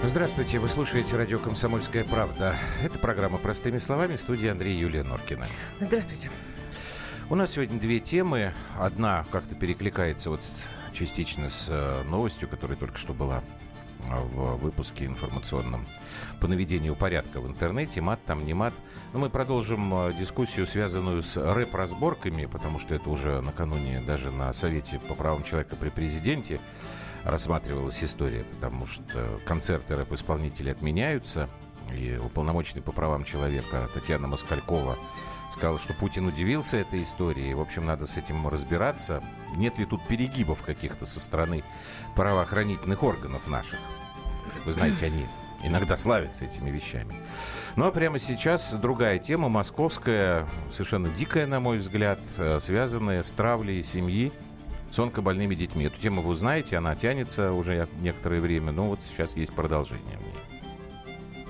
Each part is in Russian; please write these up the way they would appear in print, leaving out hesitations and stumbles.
Здравствуйте, вы слушаете радио «Комсомольская правда». Это программа «Простыми словами», в студии Андрей и Юлия Норкина. Здравствуйте. У нас сегодня две темы. Одна как-то перекликается частично с новостью, которая только что была в выпуске информационном по наведению порядка в интернете. Мат там, не мат. Но мы продолжим дискуссию, связанную с рэп-разборками, потому что это уже накануне даже на Совете по правам человека при президенте рассматривалась история, потому что концерты рэп-исполнителей отменяются. И уполномоченный по правам человека Татьяна Москалькова сказала, что Путин удивился этой историей. В общем, надо с этим разбираться. Нет ли тут перегибов каких-то со стороны правоохранительных органов наших? Вы знаете, они иногда славятся этими вещами. Ну а прямо сейчас другая тема, московская, совершенно дикая, на мой взгляд, связанная с травлей семьи с онкобольными детьми. Эту тему вы узнаете, она тянется уже некоторое время, но вот сейчас есть продолжение в ней.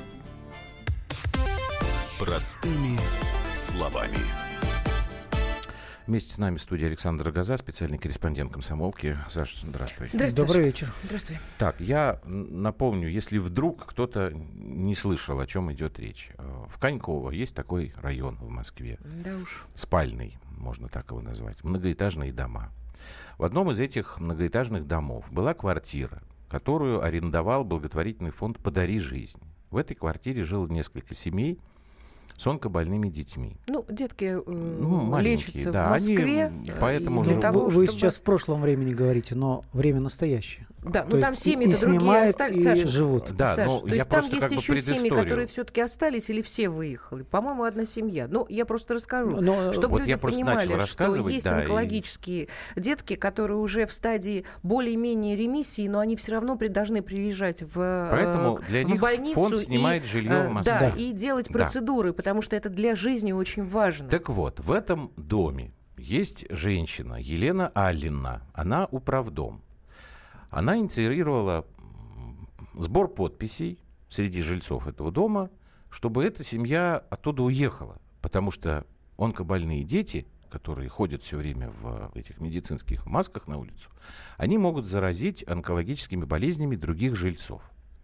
Простыми словами. Вместе с нами в студии Александр Гоза, специальный корреспондент «Комсомолки». Саша, здравствуй. Здравствуй, Добрый Саша. вечер. Здравствуй. Так, я напомню, если вдруг кто-то не слышал, о чем идет речь. В Коньково есть такой район в Москве. Да уж. Спальный, можно так его назвать. Многоэтажные дома. В одном из этих многоэтажных домов была квартира, которую арендовал благотворительный фонд «Подари жизнь». В этой квартире жило несколько семей с онкобольными детьми. Ну, детки маленькие, лечатся да, в Москве. они поэтому для живут. того, Вы чтобы... сейчас в прошлом времени говорите, но время настоящее. Да, То ну там есть семьи-то и другие снимают, остались. и Саша, живут. Да, Саша, но то я есть там просто есть как бы еще семьи, предысторию. которые все-таки остались или все выехали. По-моему, одна семья. Ну, я просто расскажу, Но чтобы вот люди я просто понимали, начал что рассказывать, есть да, онкологические детки, которые уже в стадии более-менее ремиссии, но они все равно должны приезжать Поэтому для в них больницу фонд снимает жилье в Москве. Да, и делать Да. процедуры, потому что это для жизни очень важно. Так вот, в этом доме есть женщина, Елена Аллина. Она управдом. Она инициировала сбор подписей среди жильцов этого дома, чтобы эта семья оттуда уехала. Потому что онкобольные дети, которые ходят все время в этих медицинских масках на улицу, они могут заразить онкологическими болезнями других жильцов.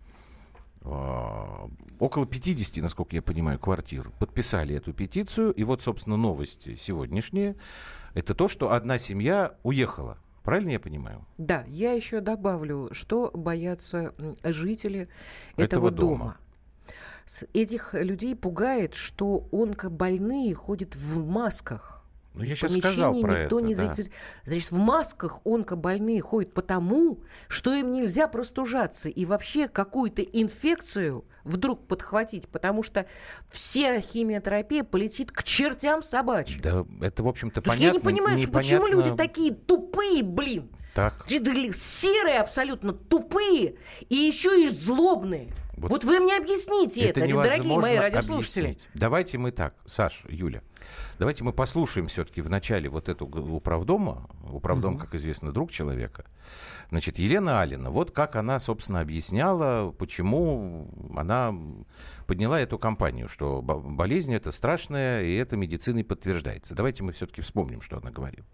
Около 50, насколько я понимаю, квартир подписали эту петицию. И вот, собственно, новости сегодняшние. Это то, что одна семья уехала. Правильно я понимаю? Да, я еще добавлю, что боятся жители этого Этого дома. дома. Этих людей пугает, что онкобольные ходят в масках. Ну, я В сейчас сказал помещении про никто это. не Да. Значит, в масках онкобольные ходят потому, что им нельзя простужаться и вообще какую-то инфекцию вдруг подхватить, потому что вся химиотерапия полетит к чертям собачьим. Да, это, в общем-то, Потому что я понятно. не понимаю, почему непонятно. люди такие тупые, блин. Так. Серые абсолютно, тупые и еще и злобные. Вот вы мне объясните это дорогие мои радиослушатели. Объяснить. Давайте мы так, Саш, Юля, давайте мы послушаем все-таки вначале вот эту управдома. Управдом, как известно, друг человека. Значит, Елена Аллина, вот как она, собственно, объясняла, почему она подняла эту кампанию, что болезнь это страшная, и это медициной подтверждается. Давайте мы все-таки вспомним, что она говорила.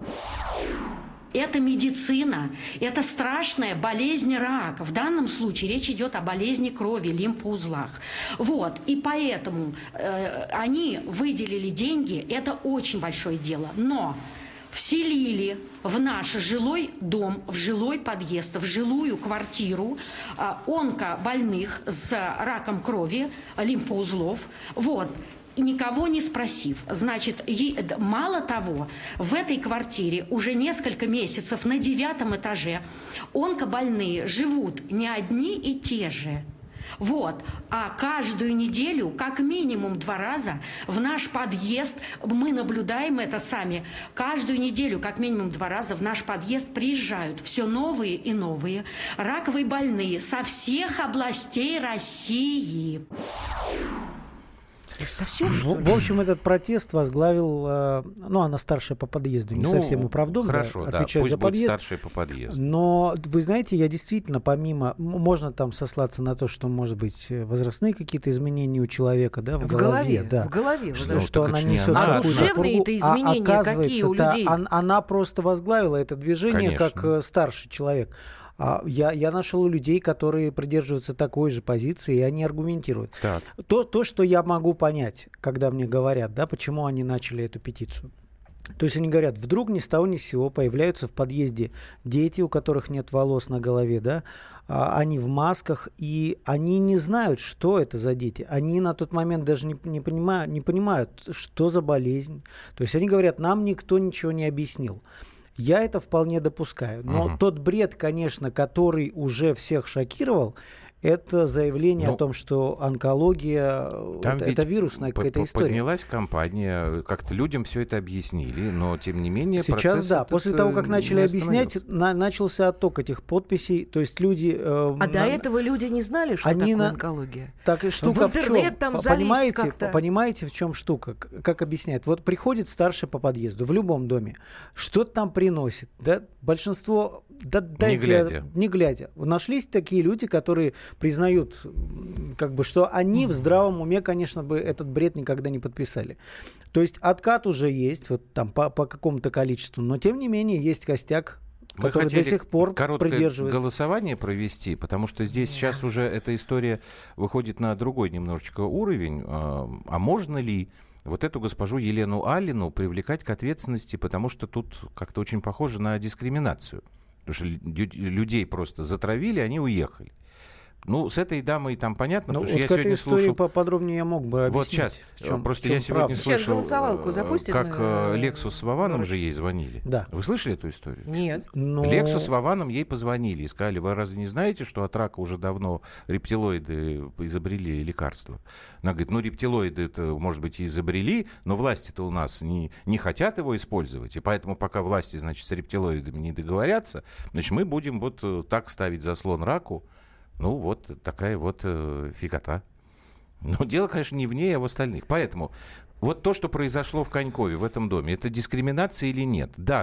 Это медицина, это страшная болезнь рака. В данном случае речь идет о болезни крови, лимфоузлах. Вот, и поэтому они выделили деньги, это очень большое дело. Но вселили в наш жилой дом, в жилой подъезд, в жилую квартиру онкобольных с раком крови, лимфоузлов. Вот. И никого не спросив. Значит, мало того, в этой квартире уже несколько месяцев на 9 этаже онкобольные живут не одни и те же. Вот. А каждую неделю, как минимум 2 раза, в наш подъезд, мы наблюдаем это сами, каждую неделю, как минимум 2 раза, в наш подъезд приезжают все новые и новые раковые больные со всех областей России. Совсем, что ли? В общем, этот протест возглавил, она старшая по подъезду, не совсем управдом, хорошо, да, да, отвечает пусть за будет подъезд. старшая по подъезду. Но, вы знаете, я действительно, помимо, можно там сослаться на то, что, может быть, возрастные какие-то изменения у человека, да, в голове, да. В голове. Что так она это ж не несет она. А какую-то душевные-то пургу. изменения Оказывается, какие у да, людей? она просто возглавила это движение Конечно. как старший человек. Я нашел у людей, которые придерживаются такой же позиции, и они аргументируют. Так. То, что я могу понять, когда мне говорят, да, почему они начали эту петицию. То есть они говорят, вдруг ни с того ни с сего появляются в подъезде дети, у которых нет волос на голове, да, они в масках, и они не знают, что это за дети. Они на тот момент даже не понимают, что за болезнь. То есть они говорят, нам никто ничего не объяснил. Я это вполне допускаю. Но тот бред, конечно, который уже всех шокировал, это заявление о том, что онкология это вирусная какая-то история. Поднялась кампания, как-то людям все это объяснили, но тем не менее сейчас после того, как начали объяснять, начался отток этих подписей, то есть люди... до этого люди не знали, что такое онкология? Так и штука в интернет там залезть как-то. Понимаете, в чем штука? Как объясняют? Вот приходит старший по подъезду в любом доме, что-то там приносит, да? Большинство... Не глядя. Нашлись такие люди, которые признают, что они в здравом уме, конечно, бы этот бред никогда не подписали. То есть откат уже есть, вот там по какому-то количеству, но тем не менее есть костяк, который до сих пор придерживается. Короткое голосование провести, потому что здесь сейчас уже эта история выходит на другой немножечко уровень. А можно ли вот эту госпожу Елену Аллину привлекать к ответственности, потому что тут как-то очень похоже на дискриминацию. Потому что людей просто затравили, они уехали. Ну, с этой дамой там понятно, потому что я сегодня слушал... поподробнее я мог бы объяснить. Вот сейчас. Просто я сегодня слышал, как Лексус с Вованом же ей звонили. Да. Вы слышали эту историю? Нет. Лексус с Вованом ей позвонили и сказали, вы разве не знаете, что от рака уже давно рептилоиды изобрели лекарство? Она говорит, рептилоиды это, может быть, и изобрели, но власти-то у нас не хотят его использовать, и поэтому пока власти, значит, с рептилоидами не договорятся, значит, мы будем вот так ставить заслон раку. Вот такая вот фигота. Но дело, конечно, не в ней, а в остальных. Поэтому вот то, что произошло в Конькове, в этом доме, это дискриминация или нет? Да,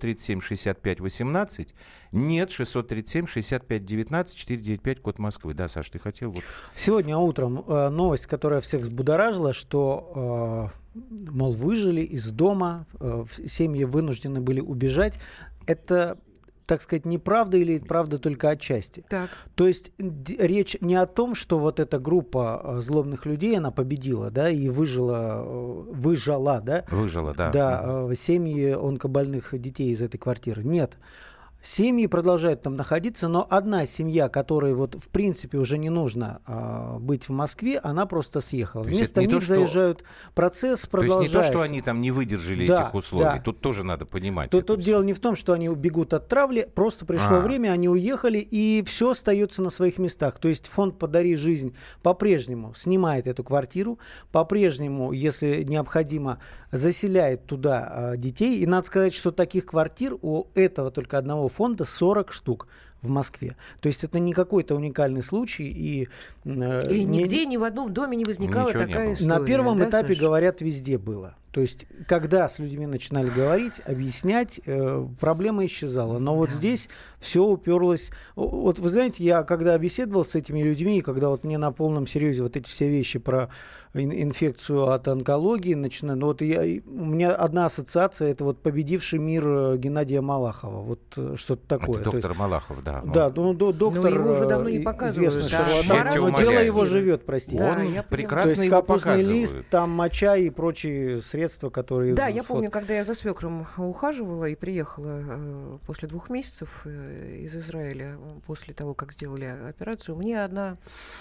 637-65-18. Нет, 637-65-19, 495, код Москвы. Да, Саш, ты хотел? Сегодня утром новость, которая всех взбудоражила, что, выжили из дома, семьи вынуждены были убежать. Это... так сказать, неправда или правда только отчасти. Так. То есть речь не о том, что вот эта группа злобных людей, она победила, да, и выжила, да? Выжила, да. Да, семьи онкобольных детей из этой квартиры. Нет. Семьи продолжают там находиться, но одна семья, которой в принципе уже не нужно быть в Москве, она просто съехала. Вместо них заезжают, процесс продолжается. То есть не то, что они там не выдержали этих условий, да. Тут тоже надо понимать. Тут дело не в том, что они бегут от травли, просто пришло время, они уехали, и все остается на своих местах. То есть фонд «Подари жизнь» по-прежнему снимает эту квартиру, по-прежнему, если необходимо, заселяет туда детей. И надо сказать, что таких квартир у этого только одного фонда 40 штук в Москве. То есть это не какой-то уникальный случай. И нигде, ни в одном доме не возникала такая история. На первом этапе, Саша? говорят, везде было. То есть, когда с людьми начинали говорить, объяснять, проблема исчезала. Но вот здесь все уперлось... Вот вы знаете, я когда беседовал с этими людьми, и когда мне на полном серьезе вот эти все вещи про инфекцию от онкологии начинаю... у меня одна ассоциация, это победивший мир Геннадия Малахова. Вот что-то такое. Это доктор Малахов, да. Да, доктор... его уже давно не показывают. Но дело его живет, простите. Он прекрасно его показывает. То есть капустный лист, там моча и прочие средства, которые... Да, я помню, когда я за свекром ухаживала и приехала после 2 месяцев из Израиля, после того, как сделали операцию, мне одна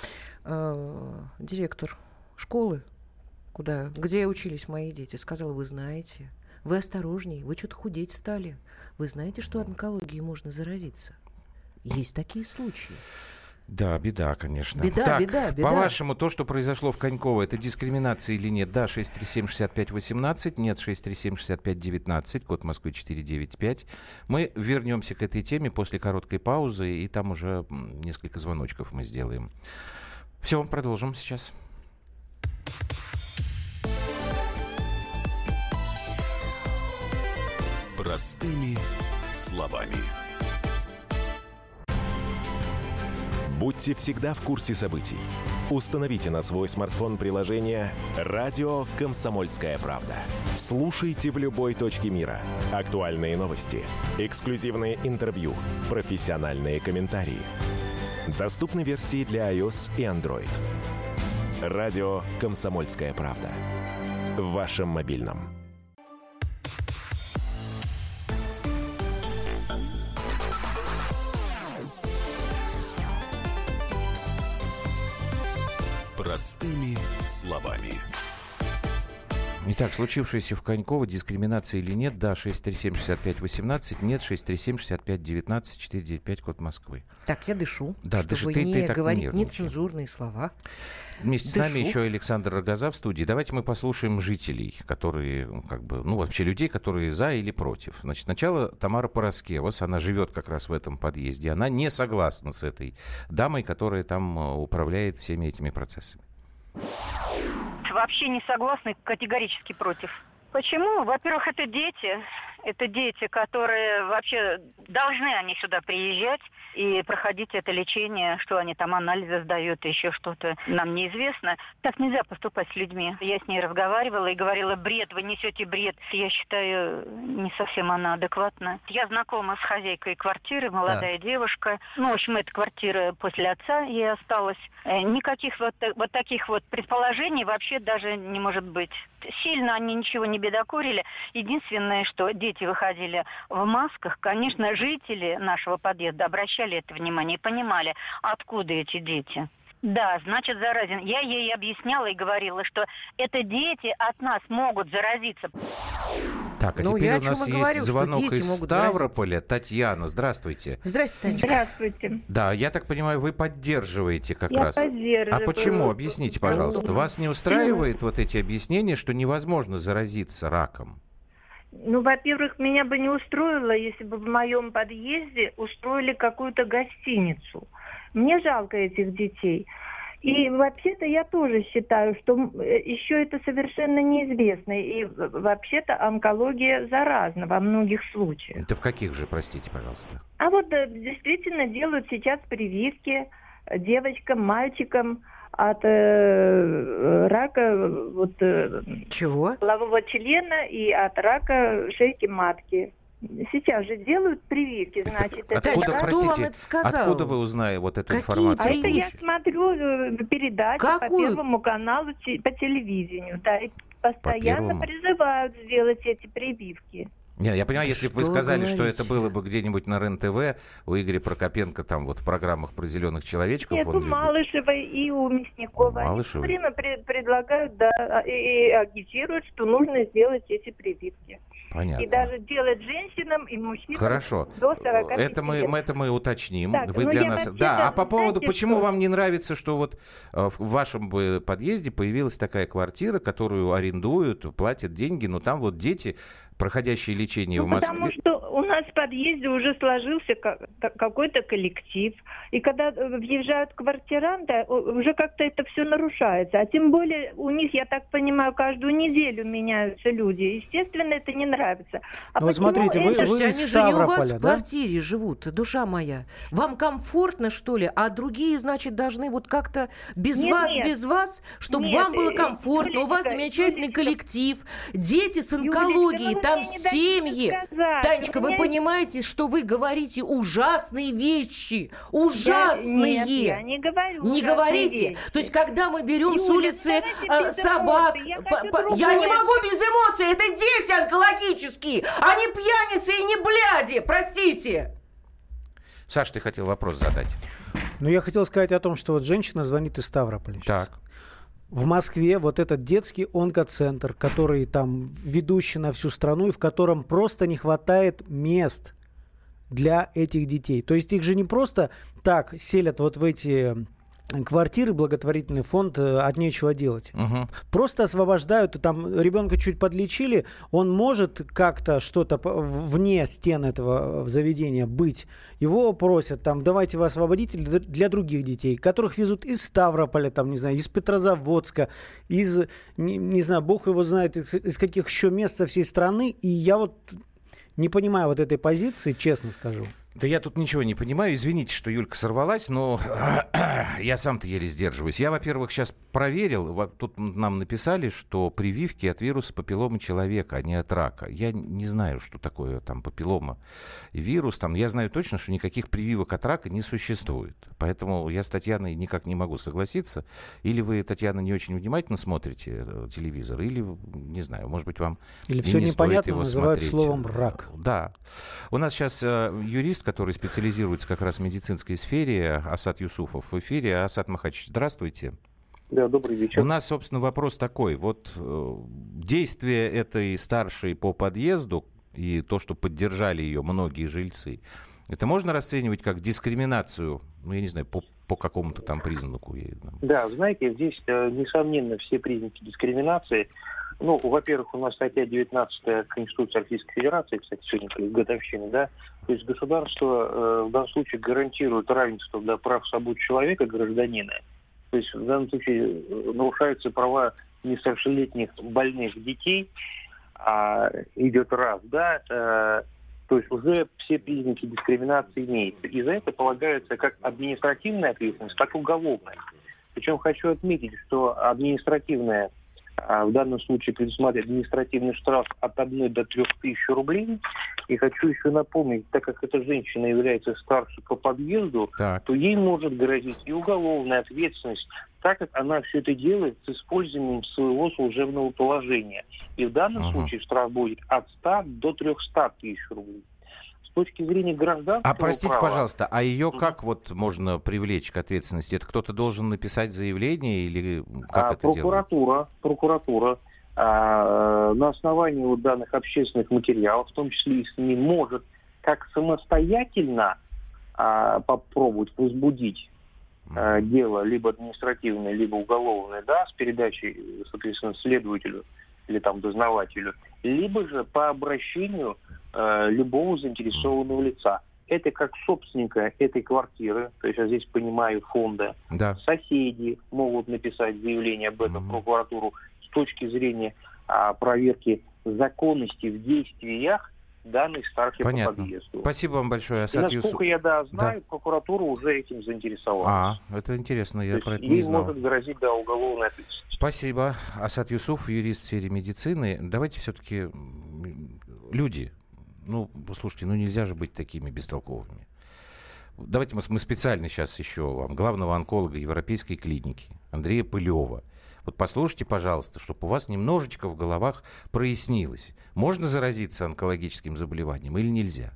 директор школы, где учились мои дети, сказала, вы знаете, вы осторожней, вы что-то худеть стали. Вы знаете, что от онкологии можно заразиться? Есть такие случаи. Да, беда, конечно. Беда. По-вашему, то, что произошло в Коньково, это дискриминация или нет? Да, 637-65-18, нет, 637-65-19, код Москвы 495. Мы вернемся к этой теме после короткой паузы, и там уже несколько звоночков мы сделаем. Все, продолжим сейчас. Простыми словами. Будьте всегда в курсе событий. Установите на свой смартфон приложение «Радио Комсомольская правда». Слушайте в любой точке мира. Актуальные новости, эксклюзивные интервью, профессиональные комментарии. Доступны версии для iOS и Android. «Радио Комсомольская правда». В вашем мобильном. Простыми словами. Итак, случившееся в Коньково, дискриминация или нет? Да, 637-65-18, нет, 637-65-19, 495, код Москвы. Так, я дышу, Да, чтобы дыши, ты не так говорить нервничай. нецензурные слова. Вместе с нами еще Александр Рогоза в студии. Давайте мы послушаем жителей, которые, вообще людей, которые за или против. Значит, сначала Тамара Пороскевас, она живет как раз в этом подъезде. Она не согласна с этой дамой, которая там управляет всеми этими процессами. Вообще не согласны, категорически против. Почему? Во-первых, это дети, которые вообще должны они сюда приезжать и проходить это лечение, что они там анализы сдают, еще что-то, нам неизвестно. Так нельзя поступать с людьми. Я с ней разговаривала и говорила: бред, вы несете бред. Я считаю, не совсем она адекватна. Я знакома с хозяйкой квартиры, молодая девушка. В общем, эта квартира после отца ей осталась. Никаких вот таких вот предположений вообще даже не может быть. Сильно они ничего не бедокурили. Единственное, что дети выходили в масках, конечно, жители нашего подъезда обращали это внимание и понимали, откуда эти дети. Да, значит, заразен. Я ей объясняла и говорила, что это дети от нас могут заразиться. Так, а теперь у нас есть звонок из Ставрополя. Татьяна, здравствуйте. Здравствуйте, Танечка. Здравствуйте. Да, я так понимаю, вы поддерживаете как раз. Я поддерживаю. А почему? Объясните, пожалуйста. Вас не устраивает вот эти объяснения, что невозможно заразиться раком? Во-первых, меня бы не устроило, если бы в моем подъезде устроили какую-то гостиницу. Мне жалко этих детей. И вообще-то я тоже считаю, что еще это совершенно неизвестно. И вообще-то онкология заразна во многих случаях. Это в каких же, простите, пожалуйста? А действительно делают сейчас прививки девочкам, мальчикам от рака Чего? полового члена и от рака шейки матки. Сейчас же делают прививки, значит, Откуда, кто вам это сказал? Откуда вы узнали вот эту Какие информацию? А это я смотрю передачи по Первому каналу по телевидению, да, и постоянно призывают сделать эти прививки. Нет, я понимаю, если бы вы сказали, что это было бы где-нибудь на РЕН-ТВ, у Игоря Прокопенко там в программах про зеленых человечков. Нет, у Малышевой и у Мясникова. Они все время предлагают, и агитируют, что нужно сделать эти прививки. Понятно. И даже делать женщинам и мужчинам. Хорошо. До 45 лет. Это мы уточним. Так, Вы для нас. Да, а по поводу, знаете, почему что? вам не нравится, что вот в вашем подъезде появилась такая квартира, которую арендуют, платят деньги, но там вот дети, проходящие лечение в Москве. Потому что у нас в подъезде уже сложился какой-то коллектив. И когда въезжают квартиранты, уже как-то это все нарушается. А тем более у них, я так понимаю, каждую неделю меняются люди. Естественно, это не нравится. Смотрите, вы Слушайте, из они же не у вас Ставрополя, в квартире живут, душа моя. Вам комфортно, что ли? А другие, значит, должны вот как-то без вас, чтобы вам было комфортно. У вас замечательный коллектив, дети с онкологией, там семьи. Танечка, вы понимаете, что вы говорите ужасные вещи? Ужасные! Нет, я не говорю. Не говорите? Вещи. То есть, когда мы берем с улицы без собак... эмоций. Я не могу без эмоций! Это дети онкологические! Они пьяницы и не бляди! Простите! Саш, ты хотел вопрос задать. Я хотел сказать о том, что вот женщина звонит из Ставрополя сейчас. Так. В Москве вот этот детский онкоцентр, который там ведущий на всю страну, и в котором просто не хватает мест для этих детей. То есть их же не просто так селят вот в эти квартиры, благотворительный фонд, от нечего делать. Угу. Просто освобождают, и там ребенка чуть подлечили, он может как-то что-то вне стен этого заведения быть. Его просят, там, давайте вы освободите для других детей, которых везут из Ставрополя, там, не знаю, из Петрозаводска, из, не знаю, бог его знает, из каких еще мест со всей страны. И я вот не понимаю вот этой позиции, честно скажу. Да я тут ничего не понимаю. Извините, что Юлька сорвалась, но я сам-то еле сдерживаюсь. Я, во-первых, сейчас проверил. Вот тут нам написали, что прививки от вируса папилломы человека, а не от рака. Я не знаю, что такое там папиллома и вирус. Там. Я знаю точно, что никаких прививок от рака не существует. Поэтому я с Татьяной никак не могу согласиться. Или вы, Татьяна, не очень внимательно смотрите телевизор, или, не знаю, может быть, вам или все не непонятно называют смотреть. словом «рак». Да. У нас сейчас юрист, который специализируется как раз в медицинской сфере, Асад Юсуфов в эфире. Асад Махачевич, здравствуйте. Да, добрый вечер. У нас, собственно, вопрос такой. Вот действие этой старшей по подъезду и то, что поддержали ее многие жильцы, это можно расценивать как дискриминацию, ну, я не знаю, по какому-то там признаку? Да, знаете, здесь, несомненно, все признаки дискриминации. Ну, во-первых, у нас статья 19 Конституции Российской Федерации, кстати, сегодня годовщина, да, то есть государство в данном случае гарантирует равенство прав свобод человека, гражданина. То есть в данном случае нарушаются права несовершеннолетних больных детей, идет раз, да, то есть уже все признаки дискриминации имеются. И за это полагается как административная ответственность, так и уголовная. Причем хочу отметить, что административная в данном случае предусматривает административный штраф от 1 до 3 тысяч рублей. И хочу еще напомнить, так как эта женщина является старшей по подъезду, то ей может грозить и уголовная ответственность, так как она все это делает с использованием своего служебного положения. И в данном случае штраф будет от 100 до 300 тысяч рублей. С точки зрения гражданского простите, права... пожалуйста, а ее как вот можно привлечь к ответственности? Это кто-то должен написать заявление или как это делать? Прокуратура на основании данных общественных материалов, в том числе и СМИ, может как самостоятельно попробовать возбудить дело либо административное, либо уголовное, да, с передачей, соответственно, следователю или там дознавателю, либо же по обращению любого заинтересованного лица. Это как собственника этой квартиры, то есть я здесь понимаю фонда, соседи могут написать заявление об этом в прокуратуру с точки зрения проверки законности в действиях данной старшей по подъезду. Спасибо вам большое, Асад Юсуфов. Насколько я знаю, прокуратура уже этим заинтересовалась. Это интересно, я про это не не знал. Ей может грозить уголовная ответственность. Спасибо. Асад Юсуфов, юрист в сфере медицины. Давайте все-таки люди. Слушайте, нельзя же быть такими бестолковыми. Давайте мы специально сейчас еще вам главного онколога Европейской клиники Андрея Пылева. Вот послушайте, пожалуйста, чтобы у вас немножечко в головах прояснилось. Можно заразиться онкологическим заболеванием или нельзя?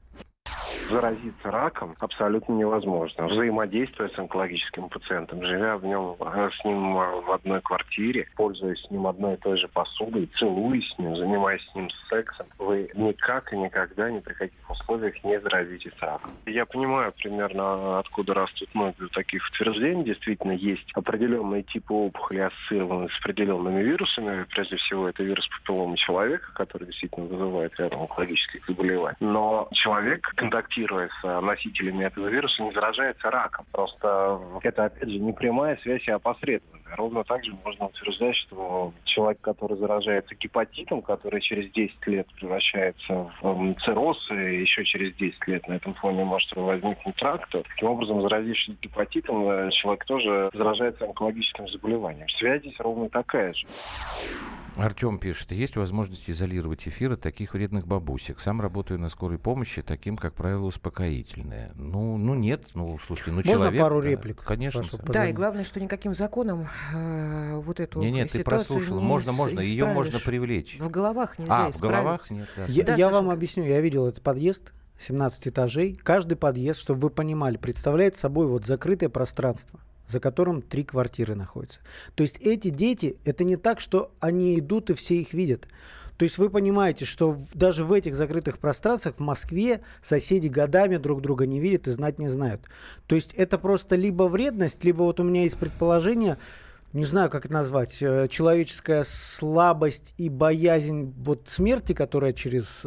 Заразиться раком абсолютно невозможно. Взаимодействуя с онкологическим пациентом, живя с ним в одной квартире, пользуясь с ним одной и той же посудой, целуясь с ним, занимаясь с ним сексом, вы никак и никогда ни при каких условиях не заразитесь раком. Я понимаю примерно, откуда растут ноги таких утверждений. Действительно, есть определенные типы опухолей, ассоциированные с определенными вирусами. Прежде всего, это вирус папилломы человека, который действительно вызывает ряд онкологических заболеваний. Но человек, контактируя с носителями этого вируса, не заражается раком. Просто это, опять же, не прямая связь, а опосредованная. Ровно так же можно утверждать, что человек, который заражается гепатитом, который через 10 лет превращается в цирроз, и еще через 10 лет на этом фоне может возникнуть рак, то таким образом, заразившись гепатитом, человек тоже заражается онкологическим заболеванием. Связь здесь ровно такая же. Артем пишет, есть возможность изолировать эфир от таких вредных бабусек. Сам работаю на скорой помощи, таким, как правило, успокоительное. Нет, слушайте, Можно человек... пару реплик? Конечно. Да, и главное, что никаким законом вот эту ситуацию ты прослушала. Можно, ее можно привлечь. В головах нельзя исправить. В головах нет. Да. Я вам объясню, я видел этот подъезд, 17 этажей. Каждый подъезд, чтобы вы понимали, представляет собой закрытое пространство, за которым 3 квартиры находятся. То есть эти дети, это не так, что они идут и все их видят. То есть вы понимаете, что даже в этих закрытых пространствах в Москве соседи годами друг друга не видят и знать не знают. То есть это просто либо вредность, либо у меня есть предположение, не знаю, как это назвать, человеческая слабость и боязнь смерти, которая через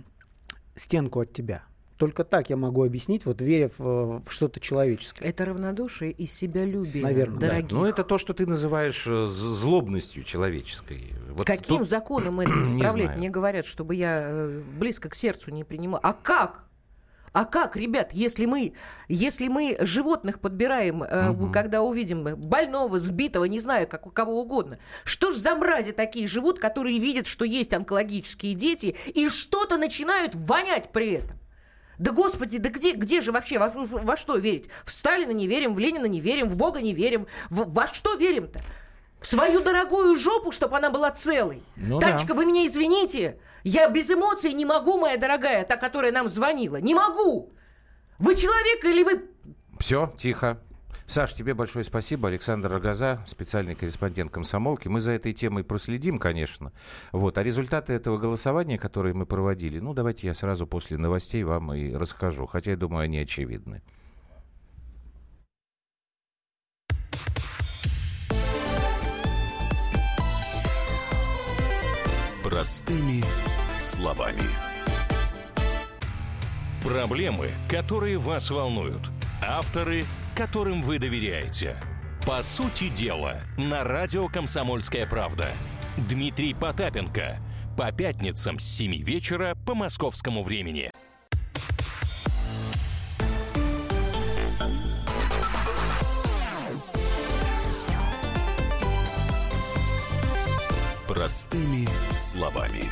стенку от тебя. Только так я могу объяснить, веря в что-то человеческое. Это равнодушие и себялюбие, наверное, дорогих. Да. Это то, что ты называешь злобностью человеческой. Каким законом это исправлять? Мне говорят, чтобы я близко к сердцу не принимала. А как? А как, ребят, если мы животных подбираем, когда увидим больного, сбитого, не знаю, как у кого угодно, что ж за мрази такие живут, которые видят, что есть онкологические дети, и что-то начинают вонять при этом? Да, господи, да где же вообще, во что верить? В Сталина не верим, в Ленина не верим, в Бога не верим. Во что верим-то? В свою дорогую жопу, чтобы она была целой. Танечка, вы меня извините, я без эмоций не могу, моя дорогая, та, которая нам звонила. Не могу! Вы человек или вы... Все, тихо. Саш, тебе большое спасибо. Александр Рогоза, специальный корреспондент «Комсомолки». Мы за этой темой проследим, конечно. А результаты этого голосования, которое мы проводили, давайте я сразу после новостей вам и расскажу. Хотя, я думаю, они очевидны. Простыми словами. Проблемы, которые вас волнуют. Авторы, которым вы доверяете. По сути дела, на радио «Комсомольская правда». Дмитрий Потапенко. По пятницам с 7 вечера по московскому времени. Простыми словами.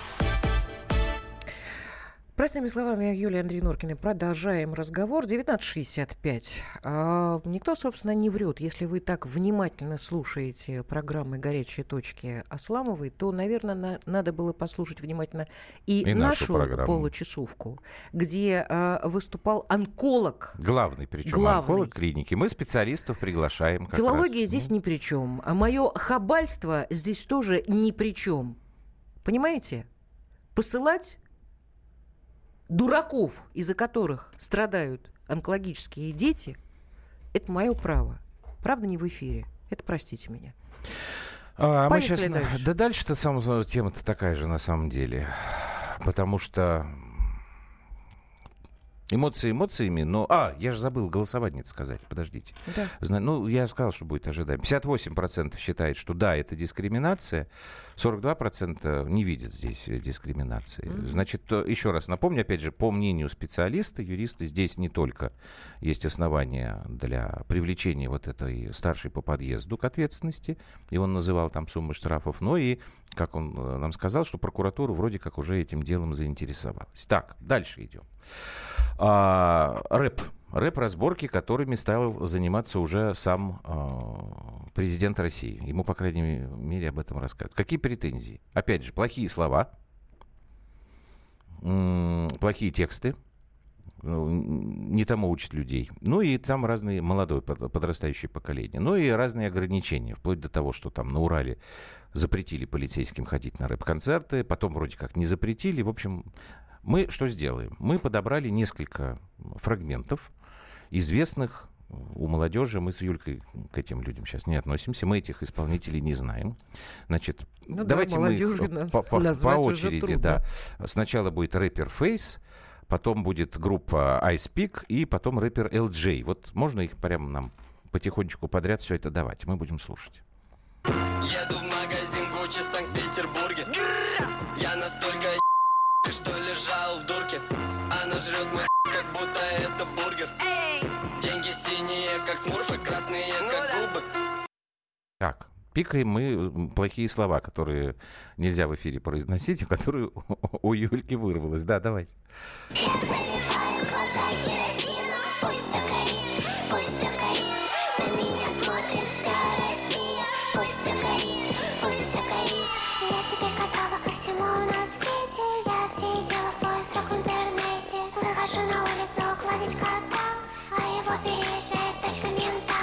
Простыми словами, Юлия Андреевна Норкина. Продолжаем разговор. 19:65. Никто, собственно, не врет. Если вы так внимательно слушаете программы «Горячие точки» Асламовой, то, наверное, надо было послушать внимательно и нашу получасовку, где выступал онколог. Главный, причем онколог клиники. Мы специалистов приглашаем. Филология здесь ни при чем. А мое хабальство здесь тоже ни при чем. Понимаете? Посылать дураков, из-за которых страдают онкологические дети, это мое право. Правда, не в эфире. Это простите меня. Мы сейчас... Дальше. Да дальше-то тема-то такая же на самом деле. Потому что эмоции эмоциями, но... я же забыл голосование сказать. Подождите. Да. Я сказал, что будет ожидаемо. 58% считает, что да, это дискриминация. 42% не видят здесь дискриминации. Значит, еще раз напомню, опять же, по мнению специалиста, юриста, здесь не только есть основания для привлечения вот этой старшей по подъезду к ответственности, и он называл там суммы штрафов, но и, как он нам сказал, что прокуратура вроде как уже этим делом заинтересовалась. Так, дальше идем. Рэп-разборки, которыми стал заниматься уже сам президент России. Ему, по крайней мере, об этом рассказывают. Какие претензии? Опять же, плохие слова, плохие тексты, не тому учат людей. И там разные молодое подрастающее поколение. И разные ограничения, вплоть до того, что там на Урале запретили полицейским ходить на рэп-концерты, потом вроде как не запретили. В общем, мы что сделаем? Мы подобрали несколько фрагментов известных у молодежи. Мы с Юлькой к этим людям сейчас не относимся. Мы этих исполнителей не знаем. Значит, давайте мы по очереди. Да. Сначала будет рэпер Фейс, потом будет группа Ice Peak и потом рэпер LJ. Вот можно их прямо нам потихонечку подряд все это давать. Мы будем слушать. Еду в магазин Гуччи в Санкт-Петербурге. Я настолько что лежал в дурке. Она жрет мой как будто это бургер. Деньги синие, как смурфы, красные, как губы. Так, пикаем мы плохие слова, которые нельзя в эфире произносить, которые у Юльки вырвалось. Да, давайте. Я заливаю глаза керосином, пусть закорит, пусть закорит. На меня смотрит вся Россия, пусть закорит, пусть закорит. Я теперь готова ко всему на свете. Я отсидела свой срок в интернете. Выхожу на улицу гладить кота, а его переезжает тачка мента.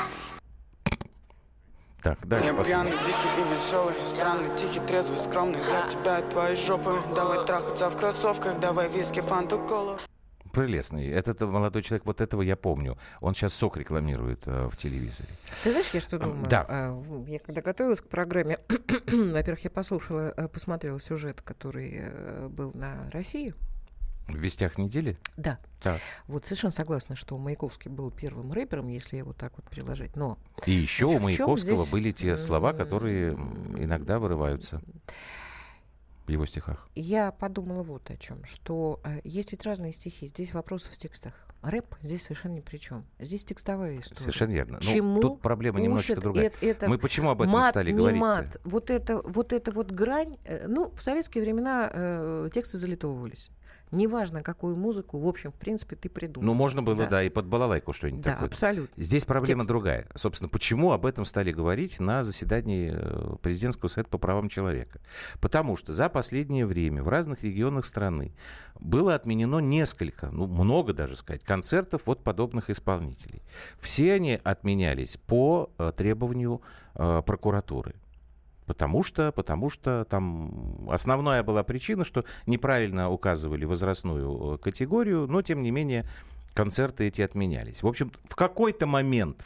Так, дальше я пьяный, дикий и веселый, странный, тихий, трезвый, скромный. Для тебя и твоей жопы. Давай трахаться в кроссовках, давай виски, фанту, колу. Прелестный. Этот молодой человек, вот этого я помню. Он сейчас сок рекламирует в телевизоре. Ты знаешь, я что думаю? Да. Я когда готовилась к программе, во-первых, я посмотрела сюжет, который был на России. В «Вестях недели»? Да. Так. Вот совершенно согласна, что Маяковский был первым рэпером, если его так вот приложить. Но и еще у Маяковского были те слова, которые иногда вырываются. в его стихах? Я подумала вот о чем, что есть ведь разные стихи. Здесь вопрос в текстах. Рэп здесь совершенно ни при чем. Здесь текстовая история. Совершенно верно. Чему тут проблема немножечко другая. Мы почему об этом мат, стали не говорить? Мат. Вот эта грань. В советские времена тексты залитовывались. Неважно, какую музыку, в общем, в принципе, ты придумал. Можно было, да, и под балалайку что-нибудь такое. Да, абсолютно. Здесь проблема другая. Собственно, почему об этом стали говорить на заседании Президентского совета по правам человека? Потому что за последнее время в разных регионах страны было отменено несколько, много даже сказать, концертов от подобных исполнителей. Все они отменялись по требованию прокуратуры. Потому что там основная была причина, что неправильно указывали возрастную категорию, но, тем не менее, концерты эти отменялись. В общем, в какой-то момент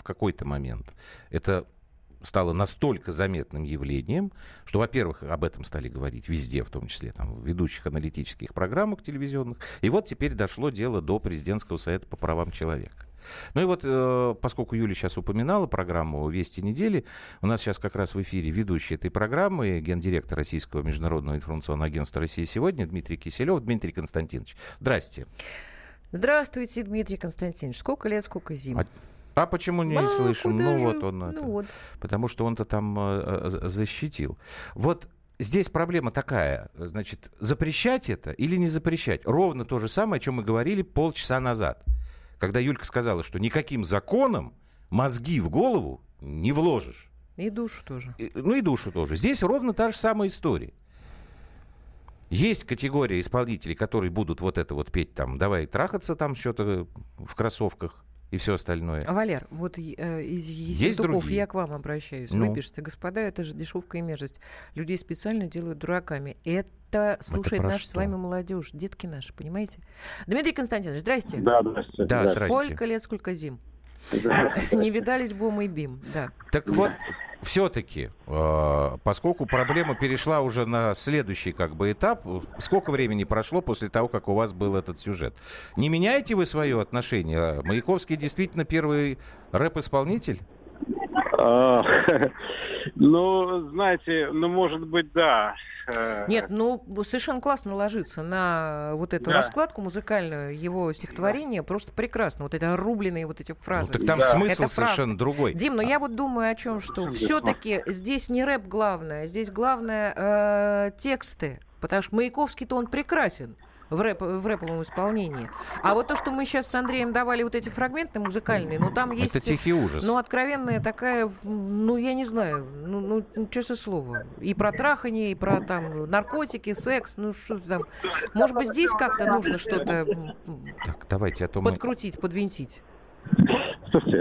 это стало настолько заметным явлением, что, во-первых, об этом стали говорить везде, в том числе там, в ведущих аналитических программах телевизионных. И вот теперь дошло дело до Президентского совета по правам человека. Ну и вот, поскольку Юля сейчас упоминала программу «Вести недели», у нас сейчас как раз в эфире ведущий этой программы, гендиректор Российского международного информационного агентства «Россия сегодня» Дмитрий Киселев. Дмитрий Константинович, здрасте. Здравствуйте, Дмитрий Константинович. Сколько лет, сколько зим? А почему не слышим? Вот. Потому что он-то там защитил. Вот здесь проблема такая, значит, запрещать это или не запрещать? Ровно то же самое, о чем мы говорили полчаса назад. Когда Юлька сказала, что никаким законом мозги в голову не вложишь. И душу тоже. И душу тоже. Здесь ровно та же самая история. Есть категория исполнителей, которые будут вот это вот петь там, давай трахаться там что-то в кроссовках и все остальное. Валер, вот из Ездуков я к вам обращаюсь. Вы пишете: господа, это же дешевка и мерзость. Людей специально делают дураками. Это слушает наша с вами молодежь, детки наши, понимаете? Дмитрий Константинович, здрасте. Да, здрасте. Да, здрасте. Сколько лет, сколько зим? Не видались Бом и Бим, да. Так вот, все-таки, поскольку проблема перешла уже на следующий этап, сколько времени прошло после того, как у вас был этот сюжет? Не меняете вы свое отношение? Маяковский действительно первый рэп-исполнитель? Знаете, может быть, да. Нет, совершенно классно ложится на вот эту раскладку музыкальную. Его стихотворение просто прекрасно. Вот это рубленые вот эти фразы. Так там смысл это совершенно другой. Дим, я вот думаю о чем, что все-таки здесь не рэп главное, здесь главное тексты. Потому что Маяковский-то он прекрасен в рэповом исполнении. А вот то, что мы сейчас с Андреем давали вот эти фрагменты музыкальные, там есть... Это тихий ужас. Откровенная такая, я не знаю, честное слово. И про трахание, и про там наркотики, секс, что там. Может быть, здесь как-то нужно что-то давайте, подкрутить, подвинтить. Слушайте,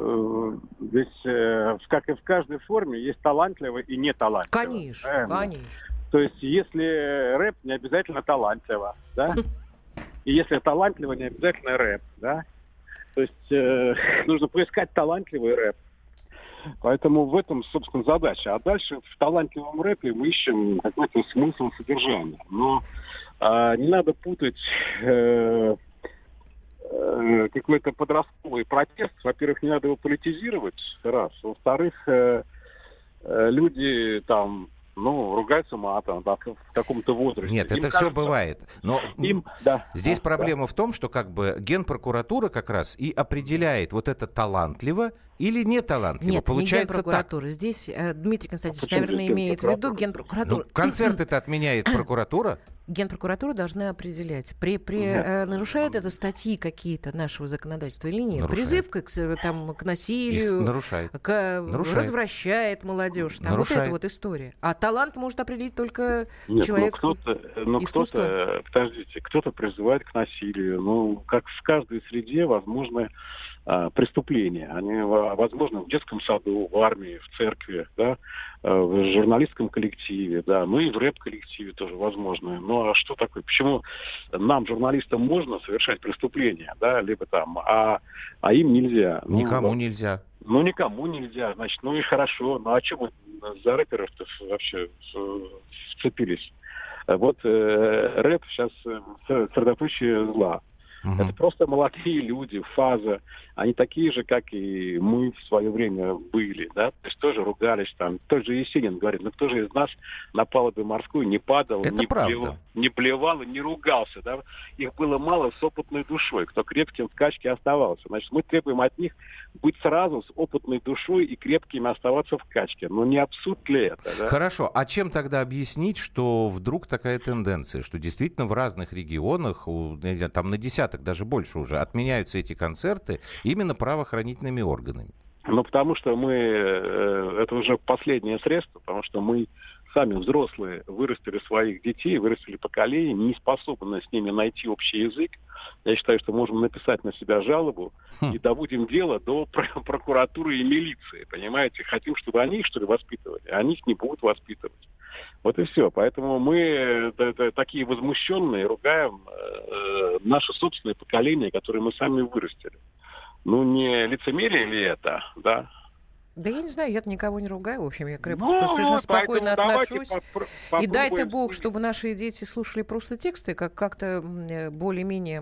здесь, как и в каждой форме, есть талантливый и неталантливый. Конечно. То есть, если рэп, не обязательно талантливо, да? И если талантливо, не обязательно рэп, да? То есть, нужно поискать талантливый рэп. Поэтому в этом, собственно, задача. А дальше в талантливом рэпе мы ищем какой-то смысл, содержания. Но не надо путать какой-то подростковый протест. Во-первых, не надо его политизировать, раз. Во-вторых, люди там... ругаются матом, да, в каком-то возрасте. Нет, это все бывает. Но здесь проблема в том, что Генпрокуратура как раз и определяет вот это талантливо или не талантливо. Нет, получается не Генпрокуратура. Так. Здесь Дмитрий Константинович, наверное, имеет в виду Генпрокуратуру. Концерт-то отменяет прокуратура? Генпрокуратура должна определять, нарушают это статьи какие-то нашего законодательства или нет. Нарушает. Призыв к насилию, нарушает. Развращает молодежь. Вот эта вот история. А талант может определить только человек искусства. Кто-то призывает к насилию. Как в каждой среде возможны преступления. Они возможны в детском саду, в армии, в церкви, да, в журналистском коллективе, да, и в рэп-коллективе тоже возможно. А что такое? Почему нам, журналистам, можно совершать преступления, да, либо там, а им нельзя? Никому нельзя. Никому нельзя, значит, и хорошо. А чем мы за рэперов-то вообще вцепились? Вот рэп сейчас средоточие зла. Это просто молодые люди, фаза. Они такие же, как и мы в свое время были, да, то есть тоже ругались там. Тот же Есенин говорит, ну кто же из нас на палубе морской не падал, не плевал и не ругался, да. Их было мало с опытной душой, кто крепким в качке оставался. Значит, мы требуем от них быть сразу с опытной душой и крепкими оставаться в качке. Но не абсурд ли это, да? Хорошо, а чем тогда объяснить, что вдруг такая тенденция, что действительно в разных регионах, там на десяток, даже больше уже, отменяются эти концерты именно правоохранительными органами? Ну, потому что это уже последнее средство, потому что мы сами взрослые вырастили своих детей, вырастили поколение, не способны с ними найти общий язык. Я считаю, что можем написать на себя жалобу и доводим дело до прокуратуры и милиции, понимаете? Хотим, чтобы они их, что ли, воспитывали, а они их не будут воспитывать. Вот и все. Поэтому мы такие возмущенные ругаем наше собственное поколение, которое мы сами вырастили. Ну, не лицемерие ли это, да? Да я не знаю, я никого не ругаю. В общем, я совершенно спокойно отношусь. И дай-то Бог, чтобы наши дети слушали просто тексты, как-то более-менее,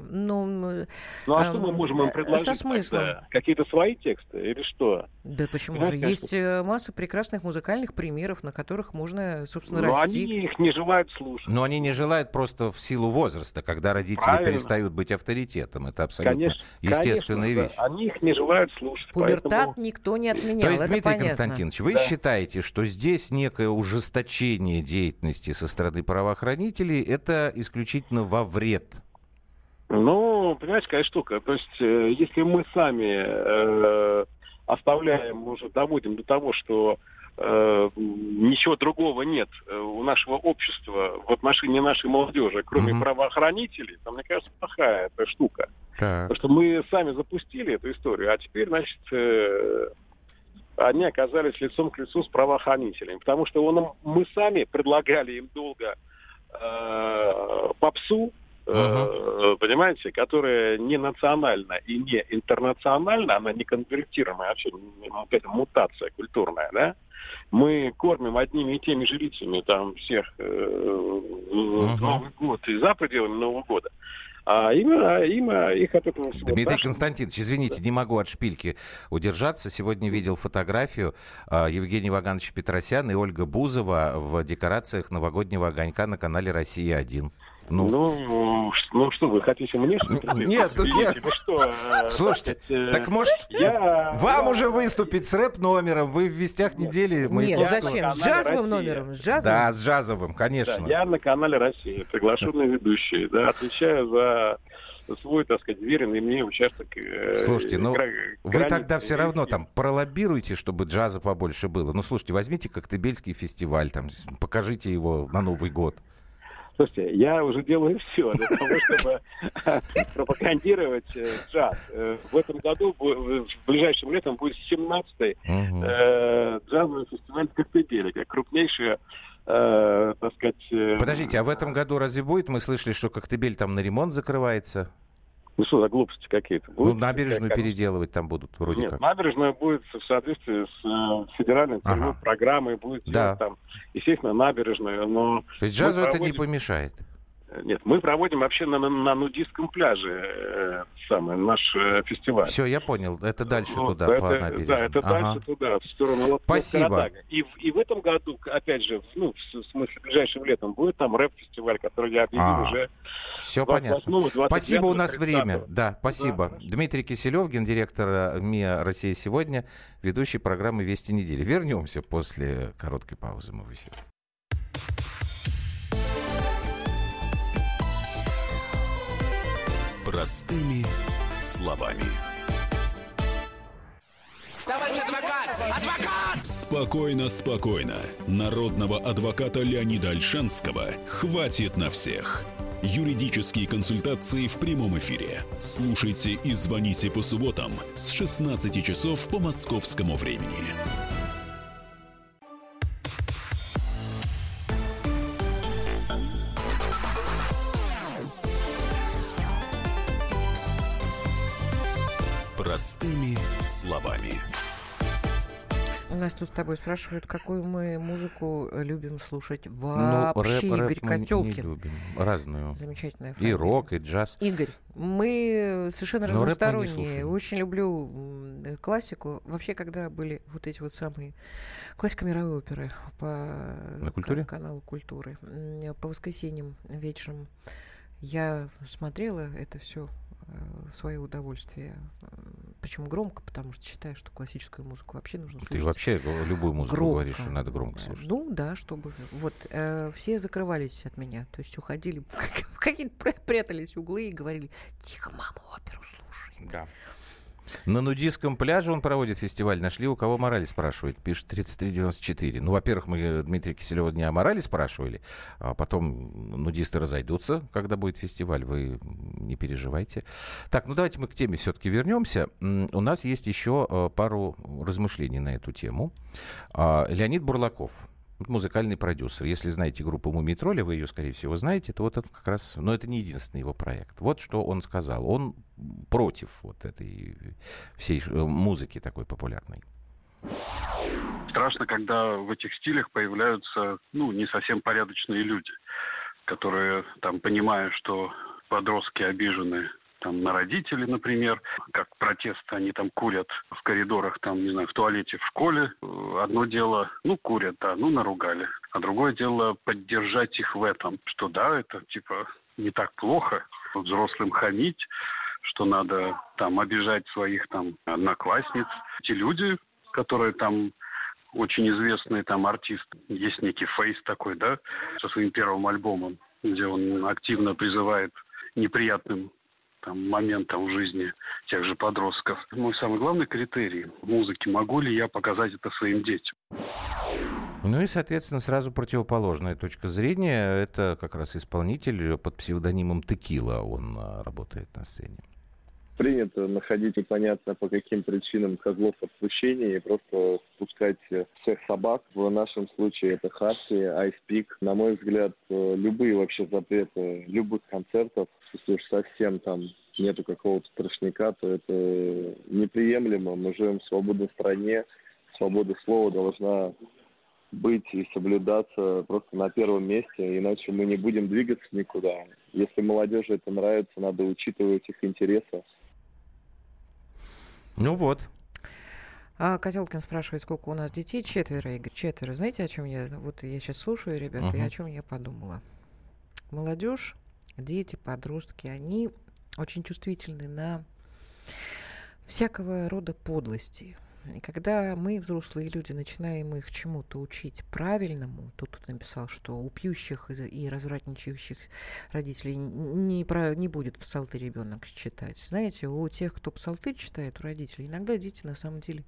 а что мы можем им предложить? Со смыслом. Тогда? Какие-то свои тексты или что? Да почему же? Есть масса прекрасных музыкальных примеров, на которых можно, собственно, расти. Но они их не желают слушать. Но они не желают просто в силу возраста, когда родители перестают быть авторитетом. Это абсолютно естественная вещь. Да. Они их не желают слушать. Пубертат никто не отменял. Дмитрий Константинович, вы считаете, что здесь некое ужесточение деятельности со стороны правоохранителей, это исключительно во вред? Ну, понимаете, какая штука. То есть, если мы сами оставляем, уже доводим до того, что ничего другого нет у нашего общества в отношении нашей молодежи, кроме правоохранителей, то, мне кажется, плохая эта штука. Потому что мы сами запустили эту историю, а теперь, значит... они оказались лицом к лицу с правоохранителями. Потому что мы сами предлагали им долго попсу, понимаете, которая не национальна и не интернациональна, она не конвертируемая, вообще какая-то мутация культурная, да? Мы кормим одними и теми же лицами там всех Новый год и за пределами Нового года. А их от этого всего... Дмитрий Константинович, извините, не могу от шпильки удержаться. Сегодня видел фотографию Евгения Вагановича Петросяна и Ольга Бузова в декорациях новогоднего огонька на канале «Россия-1». Ну, что вы хотите мне? Нет. Слушайте, так может вам уже выступить с рэп-номером? Вы в «Вестях недели». Нет, зачем? С джазовым номером? С джазовым? Да, с джазовым, конечно. Да, я на канале «Россия», приглашенный ведущий, да, отвечаю за свой, так сказать, веренный мне участок. Слушайте, вы тогда все равно там пролоббируете, чтобы джаза побольше было. Ну, слушайте, возьмите Коктебельский фестиваль, там, покажите его на Новый год. Слушайте, я уже делаю все для того, чтобы пропагандировать джаз. В этом году, в ближайшем летом, будет 17-й джазовый фестиваль в Коктебеле, как крупнейшая, так сказать... Подождите, а в этом году разве будет? Мы слышали, что Коктебель там на ремонт закрывается. Ну что за глупости какие-то? Набережную переделывать там будут вроде как. Нет, набережная будет в соответствии с федеральной программой, будет там, естественно, набережная, но... То есть джазу это не помешает? Нет, мы проводим вообще на нудистском пляже наш фестиваль. Все, я понял. Это дальше туда, по набережной. Да, это дальше туда, в сторону Спасибо. И в этом году, опять же, в смысле, ближайшим летом будет там рэп-фестиваль, который я объявил уже. Все понятно. Спасибо, у нас время. Да, спасибо. Да. Дмитрий Киселев, гендиректор МИА «Россия сегодня», ведущий программы «Вести недели». Вернемся после короткой паузы. Мы в эфире. Простыми словами. Товарищ адвокат! Адвокат! Спокойно, спокойно. Народного адвоката Леонида Ольшанского хватит на всех. Юридические консультации в прямом эфире. Слушайте и звоните по субботам с 16 часов по московскому времени. Простыми словами. Нас тут с тобой спрашивают, какую мы музыку любим слушать вообще. Рэп Игорь Котелкин. Мы не любим. Разную. Замечательная фамилия. И рок, и джаз. Игорь, мы совершенно Но рэп мы не разносторонние. слушаем. Очень люблю классику. Вообще, когда были вот эти вот самые классика мировой оперы по На Культуре? каналу Культуры, по воскресеньям вечером я смотрела это все в свое удовольствие. Причем громко, потому что считаю, что классическую музыку вообще нужно слушать. Ты вообще любую музыку громко. говоришь, что надо громко слушать. Ну да, чтобы... Вот все закрывались от меня. То есть уходили, в какие-то прятались углы и говорили: тихо, мама, оперу слушай. Да. На нудистском пляже он проводит фестиваль. Нашли, у кого мораль, спрашивает. Пишет 3394. Ну, во-первых, мы Дмитрия Киселева не о морали спрашивали, а потом нудисты разойдутся, когда будет фестиваль. Вы не переживайте. Так, ну давайте мы к теме все-таки вернемся. У нас есть еще пару размышлений на эту тему. Леонид Бурлаков. Музыкальный продюсер. Если знаете группу «Мумий-тролли», вы ее, скорее всего, знаете, то вот это как раз... Но это не единственный его проект. Вот что он сказал. Он против вот этой всей музыки такой популярной. Страшно, когда в этих стилях появляются, не совсем порядочные люди, которые, понимая, что подростки обижены на родителей, например, как протест, они курят в коридорах, в туалете в школе. Одно дело, курят, да, наругали. А другое дело поддержать их в этом, что да, это не так плохо взрослым хамить, что надо обижать своих одноклассниц. Эти люди, которые очень известный артист, есть некий Фейс такой, да, со своим первым альбомом, где он активно призывает неприятным моментом в жизни тех же подростков. Мой самый главный критерий музыки: могу ли я показать это своим детям? Ну и, соответственно, сразу противоположная точка зрения. Это как раз исполнитель под псевдонимом Текила. Он работает на сцене. Принято находить непонятно по каким причинам козлов отпущения и просто спускать всех собак. В нашем случае это Хаски, Айспик. На мой взгляд, любые вообще запреты любых концертов, если уж совсем нету какого-то страшняка, то это неприемлемо. Мы живем в свободной стране, свобода слова должна быть и соблюдаться просто на первом месте, иначе мы не будем двигаться никуда. Если молодежи это нравится, надо учитывать их интересы. Ну вот. Котелкин спрашивает, сколько у нас детей? 4, Игорь, 4. Знаете, о чем я... Вот я сейчас слушаю, ребята, и о чем я подумала. Молодежь, дети, подростки, они очень чувствительны на всякого рода подлости. И когда мы, взрослые люди, начинаем их чему-то учить правильному, тут написал, что у пьющих и развратничающих родителей не будет псалтырь ребенок читать. Знаете, у тех, кто псалтырь читает, у родителей, иногда дети на самом деле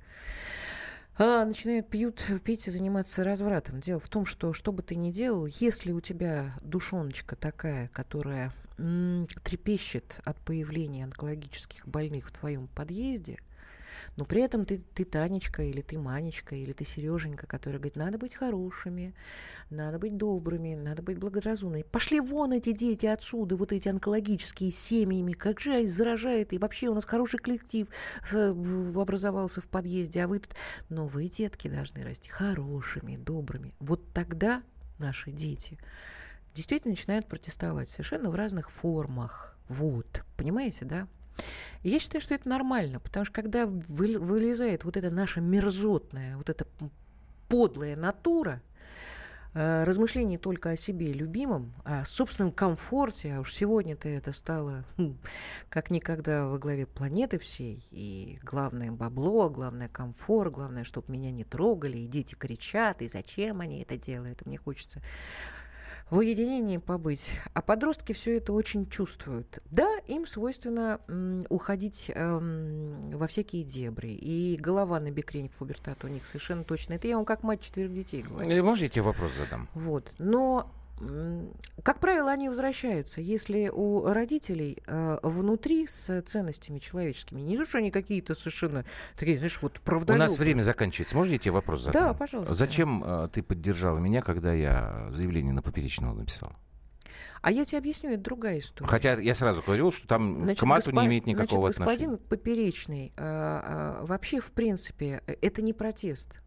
начинают пить и заниматься развратом. Дело в том, что бы ты ни делал, если у тебя душоночка такая, которая трепещет от появления онкологических больных в твоем подъезде, но при этом ты Танечка, или ты Манечка, или ты Сереженька, который говорит: надо быть хорошими, надо быть добрыми, надо быть благоразумными. Пошли вон эти дети отсюда, вот эти онкологические семьями, как же заражает, и вообще у нас хороший коллектив образовался в подъезде, а вы тут... Но вы, детки, должны расти хорошими, добрыми. Вот тогда наши дети действительно начинают протестовать совершенно в разных формах. Вот, понимаете, да? И я считаю, что это нормально, потому что когда вылезает вот эта наша мерзотная, вот эта подлая натура, размышление только о себе любимом, о собственном комфорте, а уж сегодня-то это стало как никогда во главе планеты всей, и главное бабло, главное комфорт, главное, чтобы меня не трогали, и дети кричат, и зачем они это делают, мне хочется в уединении побыть. А подростки все это очень чувствуют. Да, им свойственно уходить во всякие дебри. И голова на бекрень в пубертат у них совершенно точно. Это я вам как мать 4 детей говорю. Можно я тебе вопрос задам? Вот. Но, как правило, они возвращаются, если у родителей внутри с ценностями человеческими. Не то, что они какие-то совершенно такие, знаешь, вот правдолюбные. У нас время заканчивается. Можно я тебе вопрос задам? Да, пожалуйста. Зачем ты поддержала меня, когда я заявление на Поперечного написал? А я тебе объясню, это другая история. Хотя я сразу говорил, что там к мату не имеет никакого отношения. Господин Поперечный, вообще, в принципе, это не протест.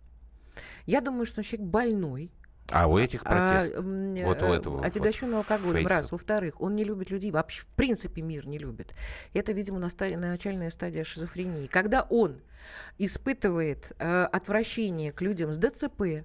Я думаю, что он человек больной. А у этих протестов? Вот у этого. Отягощенный алкоголем. Фейса. Раз. Во-вторых, он не любит людей. Вообще, в принципе, мир не любит. Это, видимо, начальная стадия шизофрении. Когда он испытывает отвращение к людям с ДЦП,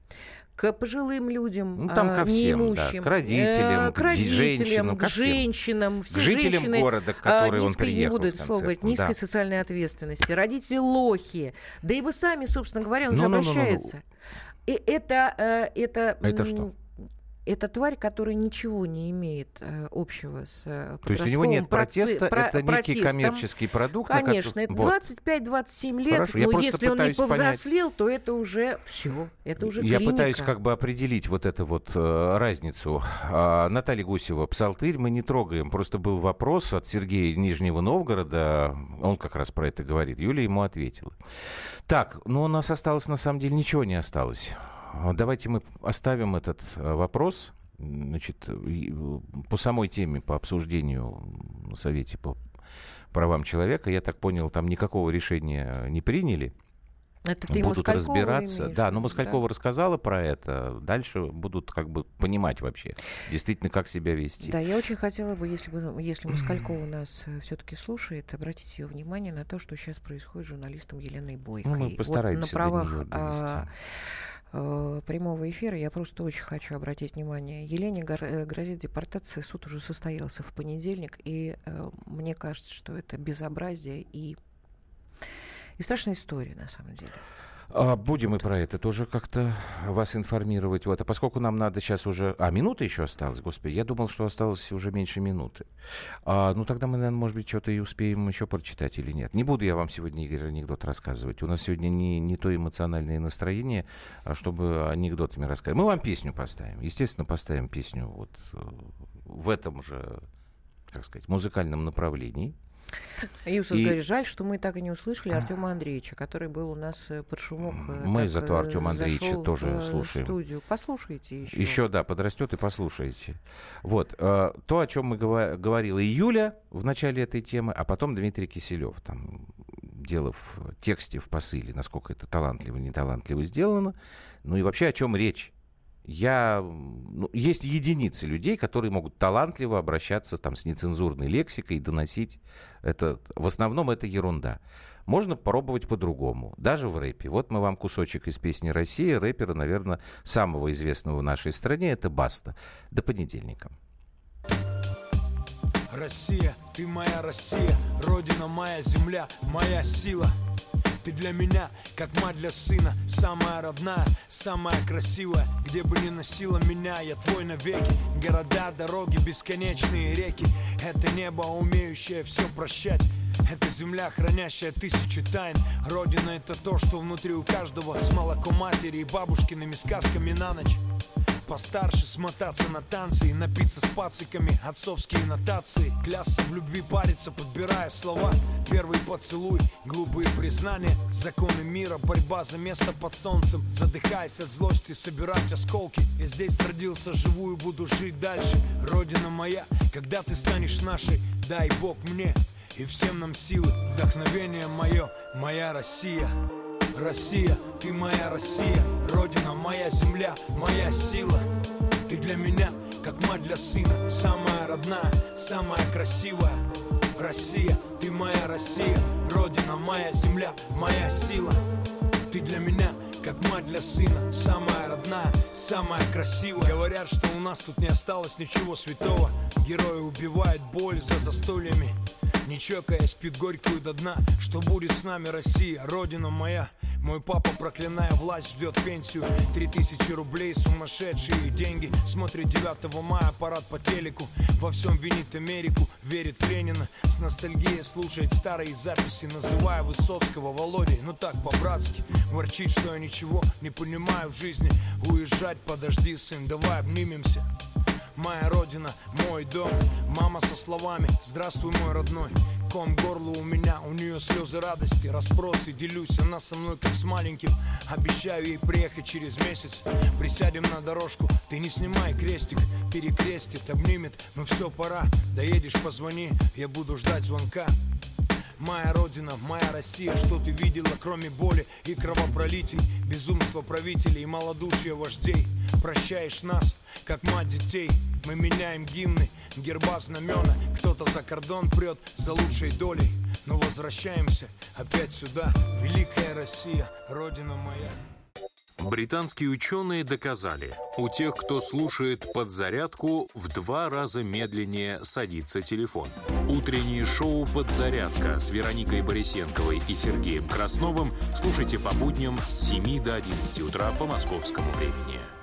к пожилым людям, там ко всем, неимущим, да, к родителям, к женщинам, к женщинам, все к жителям женщины, города, к которым он низкой, приехал. не буду это слово говорить, низкой да. социальной ответственности, родители лохи, да и вы сами, собственно говоря, он же обращается. И это что? Это тварь, которая ничего не имеет общего с подростковым То есть у него нет протеста, это некий коммерческий продукт? Конечно, это 25-27 лет, Хорошо, но если он не повзрослел, то это уже все, это уже клиника. Я пытаюсь как бы определить вот эту вот разницу. Наталья Гусева, «Псалтырь» мы не трогаем. Просто был вопрос от Сергея Нижнего Новгорода, он как раз про это говорит. Юля ему ответила. Так, у нас осталось, на самом деле, ничего не осталось. Давайте мы оставим этот вопрос. Значит, по самой теме, по обсуждению на Совете по правам человека, я так понял, там никакого решения не приняли. Это ты будут разбираться. Имеешь, да, но Москалькова рассказала про это. Дальше будут как бы понимать вообще, действительно, как себя вести. Да, я очень хотела бы, если Москалькова нас все-таки слушает, обратить ее внимание на то, что сейчас происходит с журналистом Еленой Бойко. Мы постараемся на правах до нее довести. Прямого эфира я просто очень хочу обратить внимание. Елене грозит депортация, суд уже состоялся в понедельник, и мне кажется, что это безобразие и страшная история, на самом деле. Будем и про это тоже как-то вас информировать. Вот. А поскольку нам надо сейчас уже... минута еще осталась, господи. Я думал, что осталось уже меньше минуты. Тогда мы, наверное, может быть, что-то и успеем еще прочитать или нет. Не буду я вам сегодня, Игорь, анекдот рассказывать. У нас сегодня не то эмоциональное настроение, чтобы анекдотами рассказывать. Мы вам песню поставим. Естественно, поставим песню вот в этом же, как сказать, музыкальном направлении. Юсус говорит, жаль, что мы так и не услышали Артема Андреевича, который был у нас под шумок. Мы зато Артема Андреевича тоже слушаем. Студию. Послушайте еще. Еще, да, подрастет и послушайте. Вот. То, о чем мы говорила и Юля в начале этой темы, а потом Дмитрий Киселев. Там дело в тексте, в посыле, насколько это талантливо, неталантливо сделано. Ну и вообще, о чем речь. Есть единицы людей, которые могут талантливо обращаться там, с нецензурной лексикой и доносить это. В основном это ерунда. Можно попробовать по-другому, даже в рэпе. Вот мы вам кусочек из песни «Россия», рэпера, наверное, самого известного в нашей стране, это Баста. До понедельника. Россия, ты моя Россия, Родина моя, земля, моя сила. Ты для меня, как мать для сына, самая родная, самая красивая. Где бы ни носила меня, я твой навеки. Города, дороги, бесконечные реки. Это небо, умеющее все прощать. Это земля, хранящая тысячи тайн. Родина — это то, что внутри у каждого. С молоком матери и бабушкиными сказками на ночь. Постарше смотаться на танцы и напиться с пациками, отцовские нотации. Клясться в любви, париться, подбирая слова. Первый поцелуй, глупые признания. Законы мира, борьба за место под солнцем. Задыхаясь от злости, собирать осколки. Я здесь родился, живу и буду жить дальше. Родина моя, когда ты станешь нашей, дай Бог мне и всем нам силы. Вдохновение мое, моя Россия. Россия, ты моя Россия, Родина моя, земля, моя сила. Ты для меня, как мать для сына, самая родная, самая красивая. Россия, ты моя Россия, Родина моя, земля, моя сила. Ты для меня, как мать для сына, самая родная, самая красивая. Говорят, что у нас тут не осталось ничего святого. Герои убивают боль за застольями, не чокаясь, пьют горькую до дна. Что будет с нами, Россия, Родина моя? Мой папа, проклиная власть, ждет пенсию. 3000 рублей, сумасшедшие деньги. Смотрит 9 мая парад по телеку. Во всем винит Америку, верит в Ленина. С ностальгией слушает старые записи, называя Высоцкого Володей. Ну так, по-братски, ворчит, что я ничего не понимаю в жизни. Уезжать, подожди, сын, давай обнимемся. Моя родина, мой дом. Мама со словами: здравствуй, мой родной. Ком к горлу у меня, у нее слезы радости. Расспросы, делюсь, она со мной как с маленьким. Обещаю ей приехать через месяц. Присядем на дорожку, ты не снимай крестик. Перекрестит, обнимет, ну все, пора. Доедешь, позвони, я буду ждать звонка. Моя родина, моя Россия, что ты видела, кроме боли и кровопролитий, безумства правителей и малодушия вождей? Прощаешь нас, как мать детей. Мы меняем гимны, герба, знамена. Кто-то за кордон прет за лучшей долей. Но возвращаемся опять сюда. Великая Россия, родина моя. Британские ученые доказали, у тех, кто слушает «Подзарядку», в 2 раза медленнее садится телефон. Утреннее шоу «Подзарядка» с Вероникой Борисенковой и Сергеем Красновым слушайте по будням с 7 до 11 утра по московскому времени.